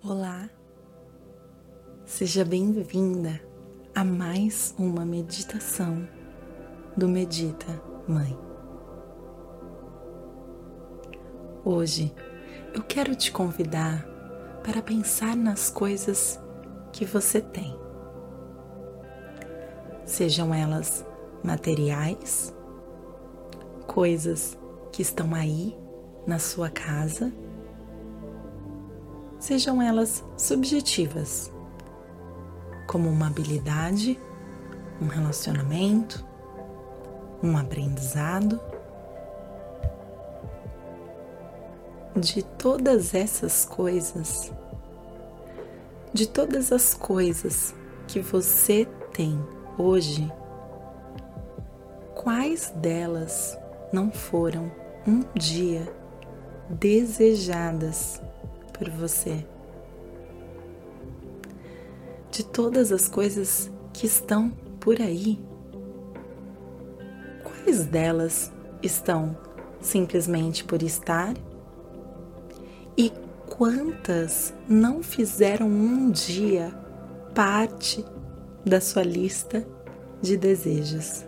Olá, seja bem-vinda a mais uma meditação do Medita Mãe. Hoje eu quero te convidar para pensar nas coisas que você tem, sejam elas materiais, coisas que estão aí na sua casa, sejam elas subjetivas, como uma habilidade, um relacionamento, um aprendizado. De todas essas coisas, de todas as coisas que você tem hoje, quais delas não foram um dia desejadas por você? De todas as coisas que estão por aí, quais delas estão simplesmente por estar? E quantas não fizeram um dia parte da sua lista de desejos?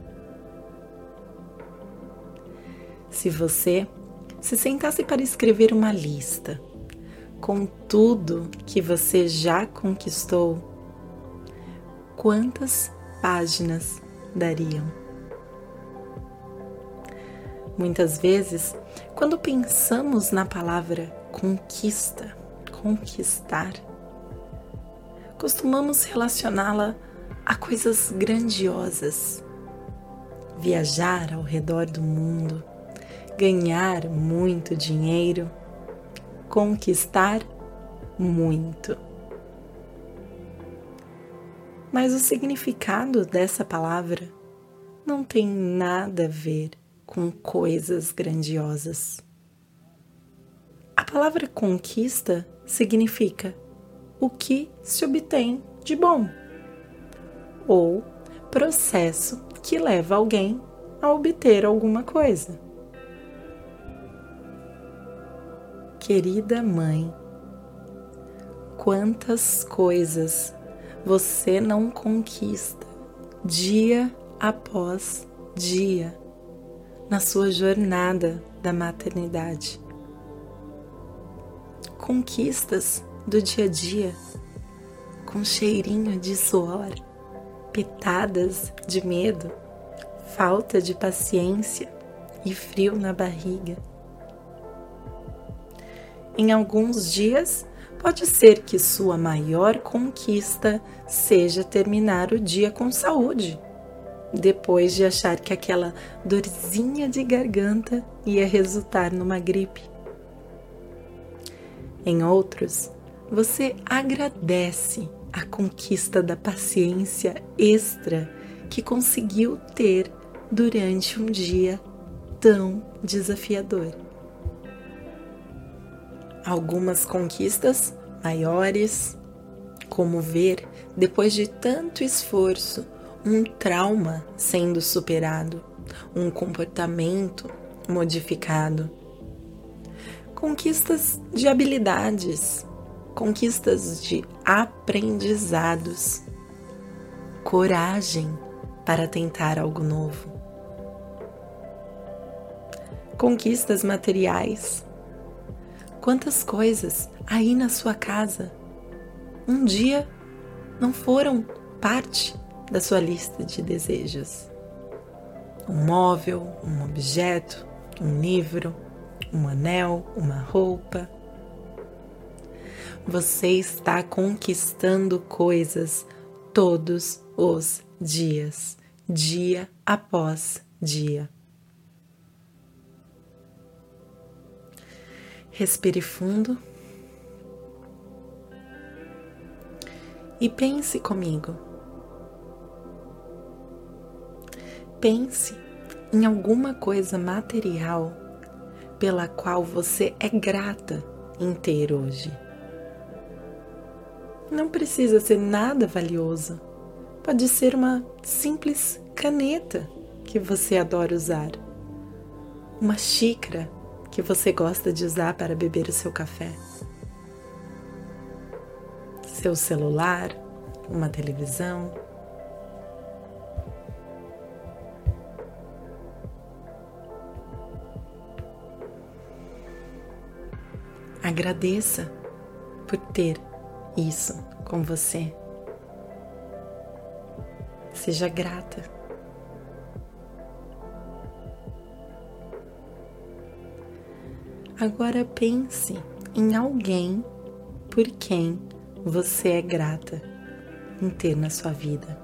Se você se sentasse para escrever uma lista com tudo que você já conquistou, quantas páginas dariam? Muitas vezes, quando pensamos na palavra conquista, conquistar, costumamos relacioná-la a coisas grandiosas. Viajar ao redor do mundo, ganhar muito dinheiro, conquistar muito. Mas o significado dessa palavra não tem nada a ver com coisas grandiosas. A palavra conquista significa o que se obtém de bom, ou processo que leva alguém a obter alguma coisa. Querida mãe, quantas coisas você não conquista dia após dia na sua jornada da maternidade? Conquistas do dia a dia, com cheirinho de suor, pitadas de medo, falta de paciência e frio na barriga. Em alguns dias, pode ser que sua maior conquista seja terminar o dia com saúde, depois de achar que aquela dorzinha de garganta ia resultar numa gripe. Em outros, você agradece a conquista da paciência extra que conseguiu ter durante um dia tão desafiador. Algumas conquistas maiores, como ver, depois de tanto esforço, um trauma sendo superado, um comportamento modificado. Conquistas de habilidades, conquistas de aprendizados, coragem para tentar algo novo. Conquistas materiais. Quantas coisas aí na sua casa um dia não foram parte da sua lista de desejos? Um móvel, um objeto, um livro, um anel, uma roupa. Você está conquistando coisas todos os dias, dia após dia. Respire fundo e pense comigo. Pense em alguma coisa material pela qual você é grata em ter hoje. Não precisa ser nada valioso. Pode ser uma simples caneta que você adora usar, uma xícara que você gosta de usar para beber o seu café. seu celular, uma televisão. Agradeça por ter isso com você. Seja grata. Agora pense em alguém por quem você é grata em ter na sua vida.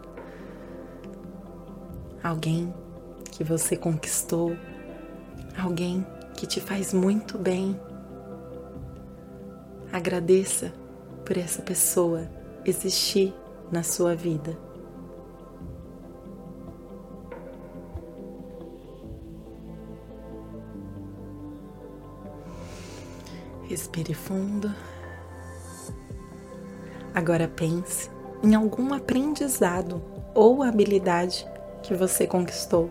Alguém que você conquistou, alguém que te faz muito bem. Agradeça por essa pessoa existir na sua vida. Respire fundo. Agora pense em algum aprendizado ou habilidade que você conquistou.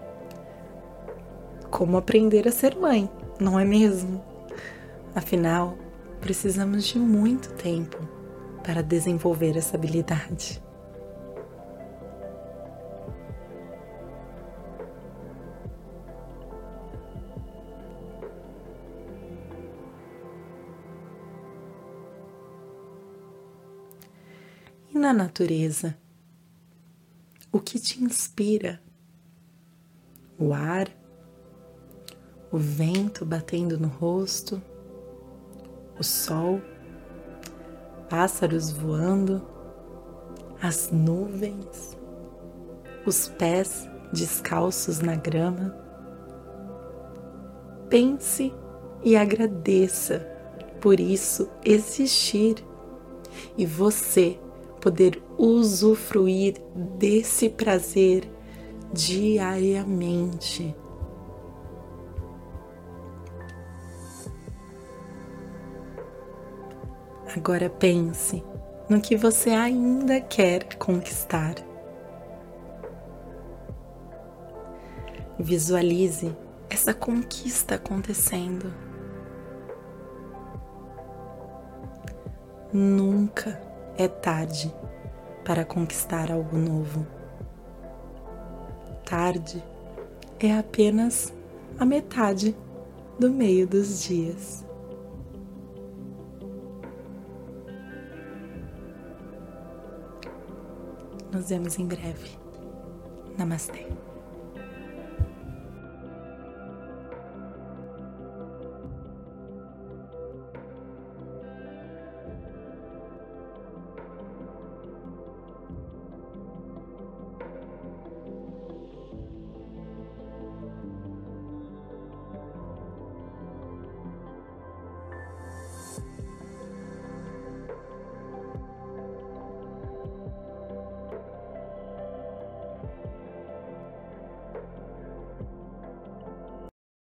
Como aprender a ser mãe, não é mesmo? Afinal, precisamos de muito tempo para desenvolver essa habilidade. E na natureza, o que te inspira? O ar, o vento batendo no rosto, o sol, pássaros voando, as nuvens, os pés descalços na grama. Pense e agradeça por isso existir e você poder usufruir desse prazer diariamente. Agora pense no que você ainda quer conquistar. Visualize essa conquista acontecendo. Nunca é tarde para conquistar algo novo. Tarde é apenas a metade do meio dos dias. Nos vemos em breve. Namastê.